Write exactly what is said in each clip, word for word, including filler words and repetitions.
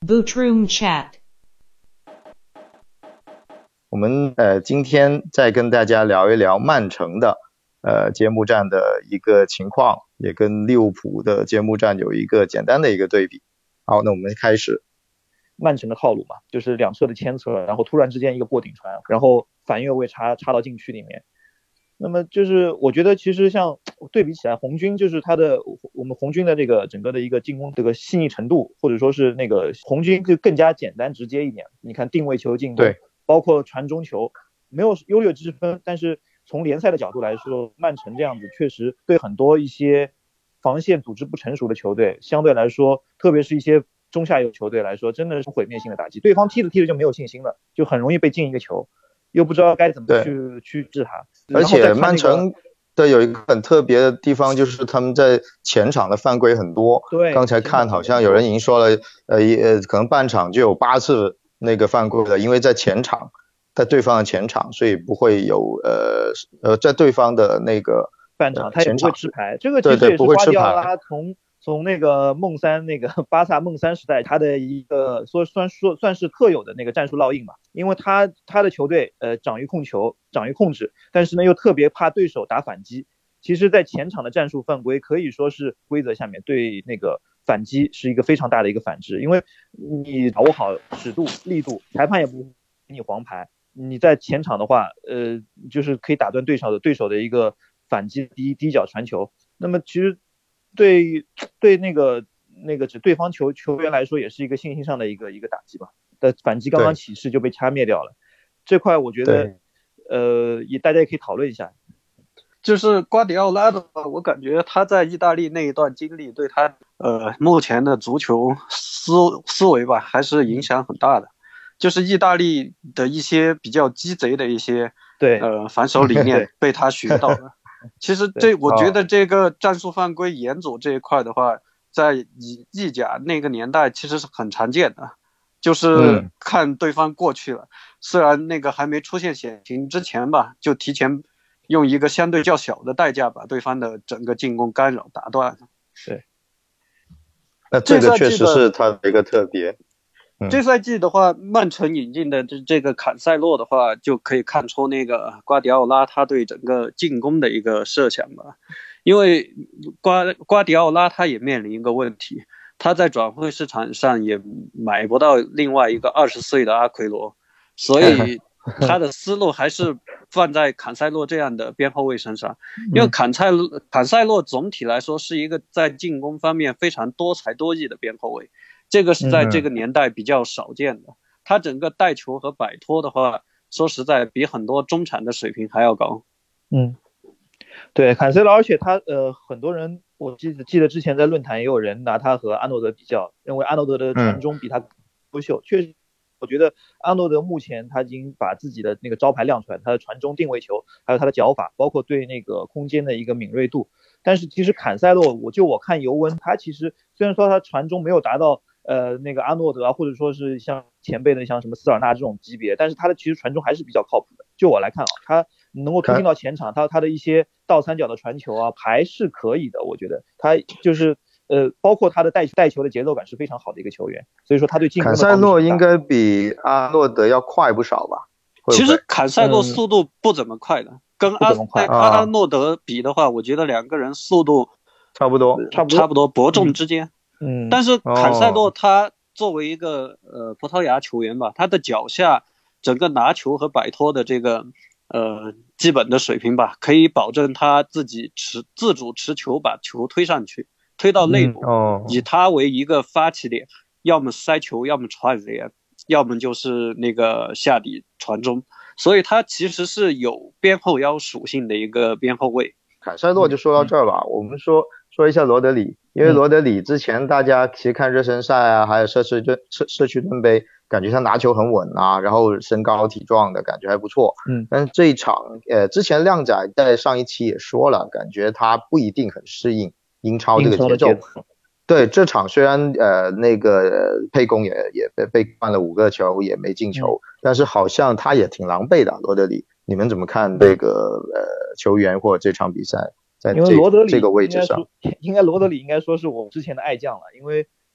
Bootroom Chat。 我们呃今天再跟大家聊一聊曼城的呃揭幕战的一个情况，也跟利物浦的揭幕战有一个简单的一个对比。好，那我们开始。 曼城的套路嘛，就是两侧的牵扯，然后突然之间一个过顶传，然后反越位插插到禁区里面。那么就是我觉得其实像对比起来，红军就是他的我们红军的这个整个的一个进攻这个细腻程度，或者说是那个红军就更加简单直接一点。你看定位球进攻， 对， 包括传中球，没有优劣之分。但是从联赛的角度来说，曼城这样子确实对很多一些防线组织不成熟的球队，相对来说，特别是一些中下游球队来说，真的是毁灭性的打击。对方踢着踢着就没有信心了，就很容易被进一个球，又不知道该怎么去去治他。 而且曼城的有一个很特别的地方，就是他们在前场的犯规很多。 对， 刚才看好像有人已经说了，呃，呃，可能半场就有八次那个犯规了，因为在前场，在对方的前场，所以不会有呃呃在对方的那个半场他也不会吃牌。这个其实也是瓜迪奥拉从从那个梦三那个巴萨梦三时代他的一个说算说算是特有的那个战术烙印吧，因为他他的球队呃长于控球，长于控制，但是呢又特别怕对手打反击。其实在前场的战术犯规可以说是规则下面对那个反击是一个非常大的一个反制，因为你把握好尺度力度，裁判也不给你黄牌，你在前场的话呃就是可以打断对手的对手的一个反击第一第一脚传球。那么其实对对那个那个指对方球球员来说也是一个信心上的一个一个打击吧。的反击刚刚起势就被掐灭掉了，这块我觉得呃也大家也可以讨论一下。 就是瓜迪奥拉的话，我感觉他在意大利那一段经历对他呃目前的足球思思维吧还是影响很大的。就是意大利的一些比较鸡贼的一些对呃反手理念被他学到了。其实这我觉得这个战术犯规严阻这一块的话，在意甲那个年代其实是很常见的，就是看对方过去了，虽然那个还没出现险情之前吧，就提前用一个相对较小的代价把对方的整个进攻干扰打断。 对， 那这个确实是他的一个特别。 这赛季的话，曼城引进的这这个坎塞洛的话，就可以看出那个瓜迪奥拉他对整个进攻的一个设想吧。因为瓜瓜迪奥拉他也面临一个问题，他在转会市场上也买不到另外一个二十岁的阿奎罗，所以他的思路还是放在坎塞洛这样的边后卫身上。因为坎塞坎塞洛总体来说是一个在进攻方面非常多才多艺的边后卫。这个是在这个年代比较少见的，他整个带球和摆脱的话，说实在比很多中场的水平还要高。 嗯，对，坎塞洛，而且他呃很多人我记得记得之前在论坛也有人拿他和阿诺德比较，认为阿诺德的传中比他优秀。确实，我觉得阿诺德目前他已经把自己的那个招牌亮出来，他的传中定位球，还有他的脚法，包括对那个空间的一个敏锐度。但是其实坎塞洛，我就我看尤文，他其实虽然说他传中没有达到呃，那个阿诺德啊，或者说是像前辈的像什么斯尔纳这种级别，但是他的其实传中还是比较靠谱的。就我来看啊，他能够推进到前场，他他的一些倒三角的传球啊，还是可以的。我觉得他就是呃，包括他的带带球的节奏感是非常好的一个球员。所以说他对进攻的坎塞洛应该比阿诺德要快不少吧？会不会其实坎塞洛速度不怎么快的，嗯、跟阿阿阿诺德比的话，我觉得两个人速度差不多， 差不多差不多伯仲之间。 嗯， 但是坎塞洛他作为一个呃葡萄牙球员吧，他的脚下整个拿球和摆脱的这个呃基本的水平吧，可以保证他自己持自主持球把球推上去，推到内部， 嗯哦、 以他为一个发起点，要么塞球，要么传联，要么就是那个下底传中，所以他其实是有边后腰属性的一个边后卫。 坎塞洛就说到这儿吧，嗯、我们说说一下罗德里。因为罗德里之前大家其实看热身赛啊，还有社区盾社社区盾杯，感觉他拿球很稳啊，然后身高体壮的感觉还不错。 嗯， 但是这一场，呃，之前亮仔在上一期也说了，感觉他不一定很适应英超这个节奏。对，这场虽然呃那个沛公也也被被灌了五个球，也没进球，嗯、但是好像他也挺狼狈的。罗德里，你们怎么看这个呃球员或者这场比赛？在这因为罗德里这个位置上， 应该罗德里应该说是我之前的爱将了，因为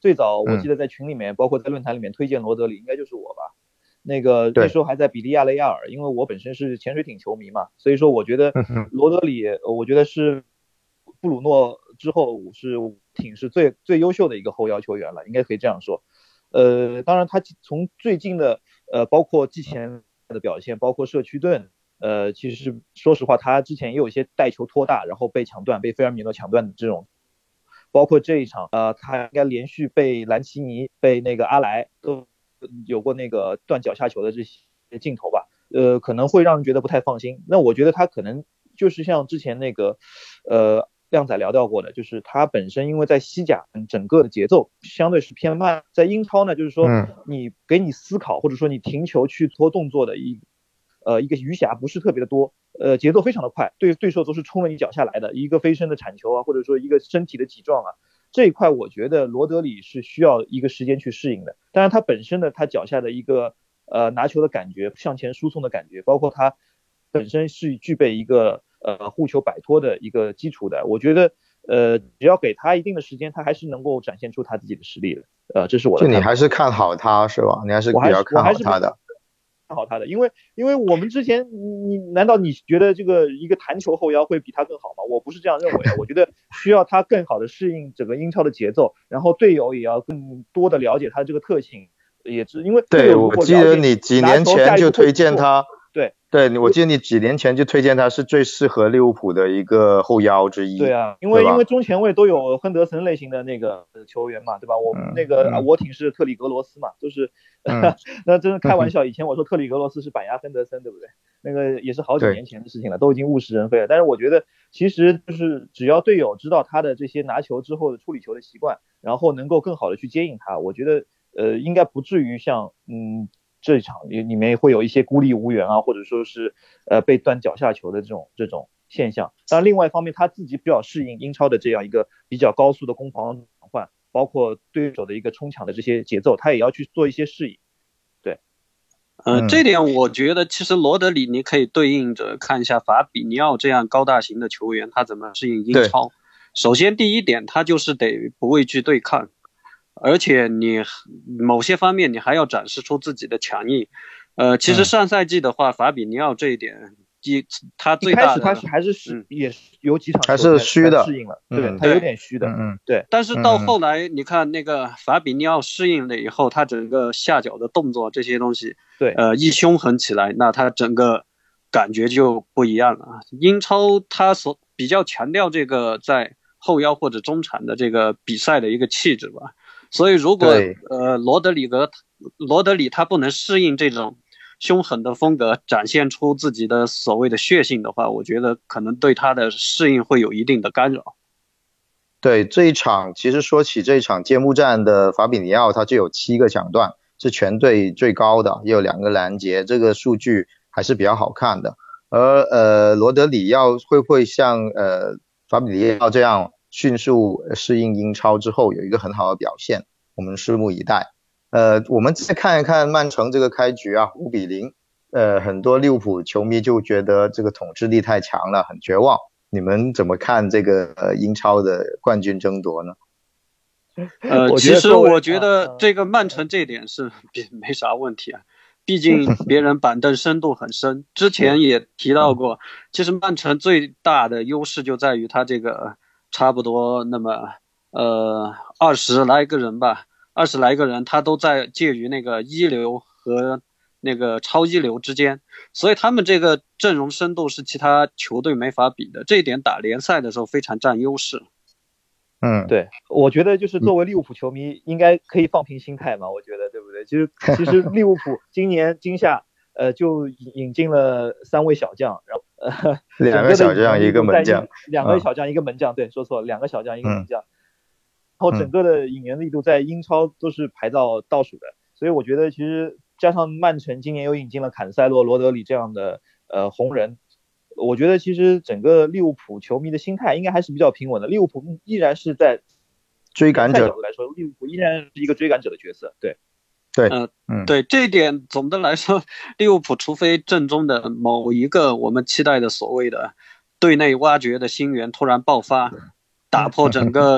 最早我记得在群里面，嗯、包括在论坛里面推荐罗德里，应该就是我吧。那个那时候还在比利亚雷亚尔，因为我本身是潜水艇球迷嘛，所以说我觉得罗德里，我觉得是布鲁诺之后是挺是最最优秀的一个后腰球员了，应该可以这样说。呃，当然他从最近的呃，包括季前的表现，包括社区盾，呃，其实是说实话，他之前也有一些带球拖大，然后被抢断，被菲尔米诺抢断的这种，包括这一场，呃，他应该连续被兰奇尼、被那个阿莱都有过那个断脚下球的这些镜头吧，呃，可能会让人觉得不太放心。那我觉得他可能就是像之前那个，呃，靓仔聊到过的，就是他本身因为在西甲整个的节奏相对是偏慢，在英超呢，就是说你给你思考或者说你停球去拖动作的一呃一个余暇不是特别的多，呃，节奏非常的快，对对手都是冲了你脚下来的一个飞身的铲球啊，或者说一个身体的挤撞啊。这一块我觉得罗德里是需要一个时间去适应的，当然他本身的他脚下的一个呃拿球的感觉，向前输送的感觉，包括他本身是具备一个呃护球摆脱的一个基础的，我觉得呃只要给他一定的时间，他还是能够展现出他自己的实力的，呃这是我的看法。 就你还是看好他是吧？你还是比较看好他的。 看好他的，因为因为我们之前你难道你觉得这个一个弹球后腰会比他更好吗？我不是这样认为的，我觉得需要他更好的适应整个英超的节奏，然后队友也要更多的了解他这个特性，也是因为对，我记得你几年前就推荐他， 对对，我记得你几年前就推荐他是最适合利物浦的一个后腰之一。 对啊，因为因为中前卫都有亨德森类型的那个球员嘛，对吧？我们那个、嗯、我挺是特里格罗斯嘛，都是、嗯、那真是开玩笑。以前我说特里格罗斯是板牙亨德森，对不对？那个也是好几年前的事情了，都已经物是人非了。但是我觉得其实就是只要队友知道他的这些拿球之后的处理球的习惯，然后能够更好的去接应他，我觉得呃应该不至于像嗯。这一场里面会有一些孤立无援啊，或者说是呃被断脚下球的这种这种现象。当然，另外一方面他自己比较适应英超的这样一个比较高速的攻防转换，包括对手的一个冲抢的这些节奏，他也要去做一些适应。对， 呃，这点我觉得其实罗德里你可以对应着看一下法比尼奥这样高大型的球员，他怎么适应英超。首先第一点，他就是得不畏惧对抗。而且你某些方面你还要展示出自己的强硬，呃，其实上赛季的话，嗯、法比尼奥这一点，一他最大的一开始他是还是是、嗯、也是有几场还是虚的适应了，对、嗯、他有点虚的， 嗯对。 但是到后来，你看那个法比尼奥适应了以后，他整个下脚的动作这些东西， 对， 呃，一凶狠起来，那他整个感觉就不一样了。英超他所比较强调这个在后腰或者中场的这个比赛的一个气质吧。所以如果呃罗德里格罗德里他不能适应这种凶狠的风格，展现出自己的所谓的血性的话，我觉得可能对他的适应会有一定的干扰。 对，这一场其实说起这一场揭幕战的法比尼奥，他就有七个抢断，是全队最高的，也有两个拦截，这个数据还是比较好看的。而呃罗德里要会不会像呃法比尼奥这样迅速适应英超之后有一个很好的表现，我们拭目以待。呃，我们再看一看曼城这个开局啊，五比零，呃，很多利物浦球迷就觉得这个统治力太强了，很绝望。你们怎么看这个呃英超的冠军争夺呢？ 呃，其实我觉得这个曼城这点是没啥问题啊，毕竟别人板凳深度很深。之前也提到过，其实曼城最大的优势就在于他这个。差不多那么呃二十来个人吧，二十来个人，他都在介于那个一流和那个超一流之间，所以他们这个阵容深度是其他球队没法比的，这一点打联赛的时候非常占优势。 嗯，对，我觉得就是作为利物浦球迷应该可以放平心态嘛，我觉得对不对？其实其实利物浦今年今夏呃就引进了三位小将，然后呃两个小将一个门将， 两个小将一个门将，对，说错了，两个小将一个门将，然后整个的引援力度在英超都是排到倒数的，所以我觉得其实加上曼城今年又引进了坎塞洛、罗德里这样的呃红人，我觉得其实整个利物浦球迷的心态应该还是比较平稳的，利物浦依然是在追赶者来说，利物浦依然是一个追赶者的角色，对。 对， 呃，嗯，对，这一点总的来说，利物浦除非阵中的某一个我们期待的所谓的队内挖掘的新援突然爆发，打破整个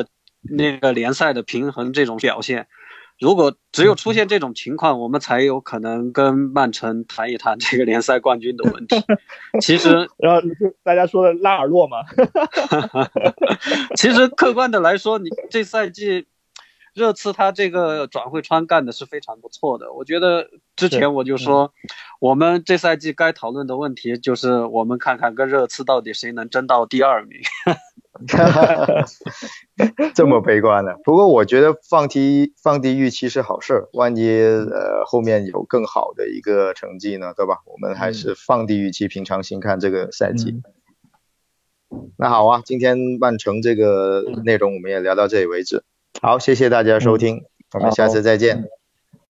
那个联赛的平衡这种表现。如果只有出现这种情况，我们才有可能跟曼城谈一谈这个联赛冠军的问题。其实， 然后就大家说的拉尔洛嘛。 其实客观的来说，你这赛季热刺他这个转会窗干的是非常不错的。我觉得之前我就说，我们这赛季该讨论的问题就是我们看看跟热刺到底谁能争到第二名。 这么悲观的，不过我觉得放低放低预期是好事，万一呃后面有更好的一个成绩呢，对吧？我们还是放低预期，平常心看这个赛季。嗯、那好啊，今天曼城这个内容我们也聊到这里为止。好，谢谢大家收听，嗯、我们下次再见。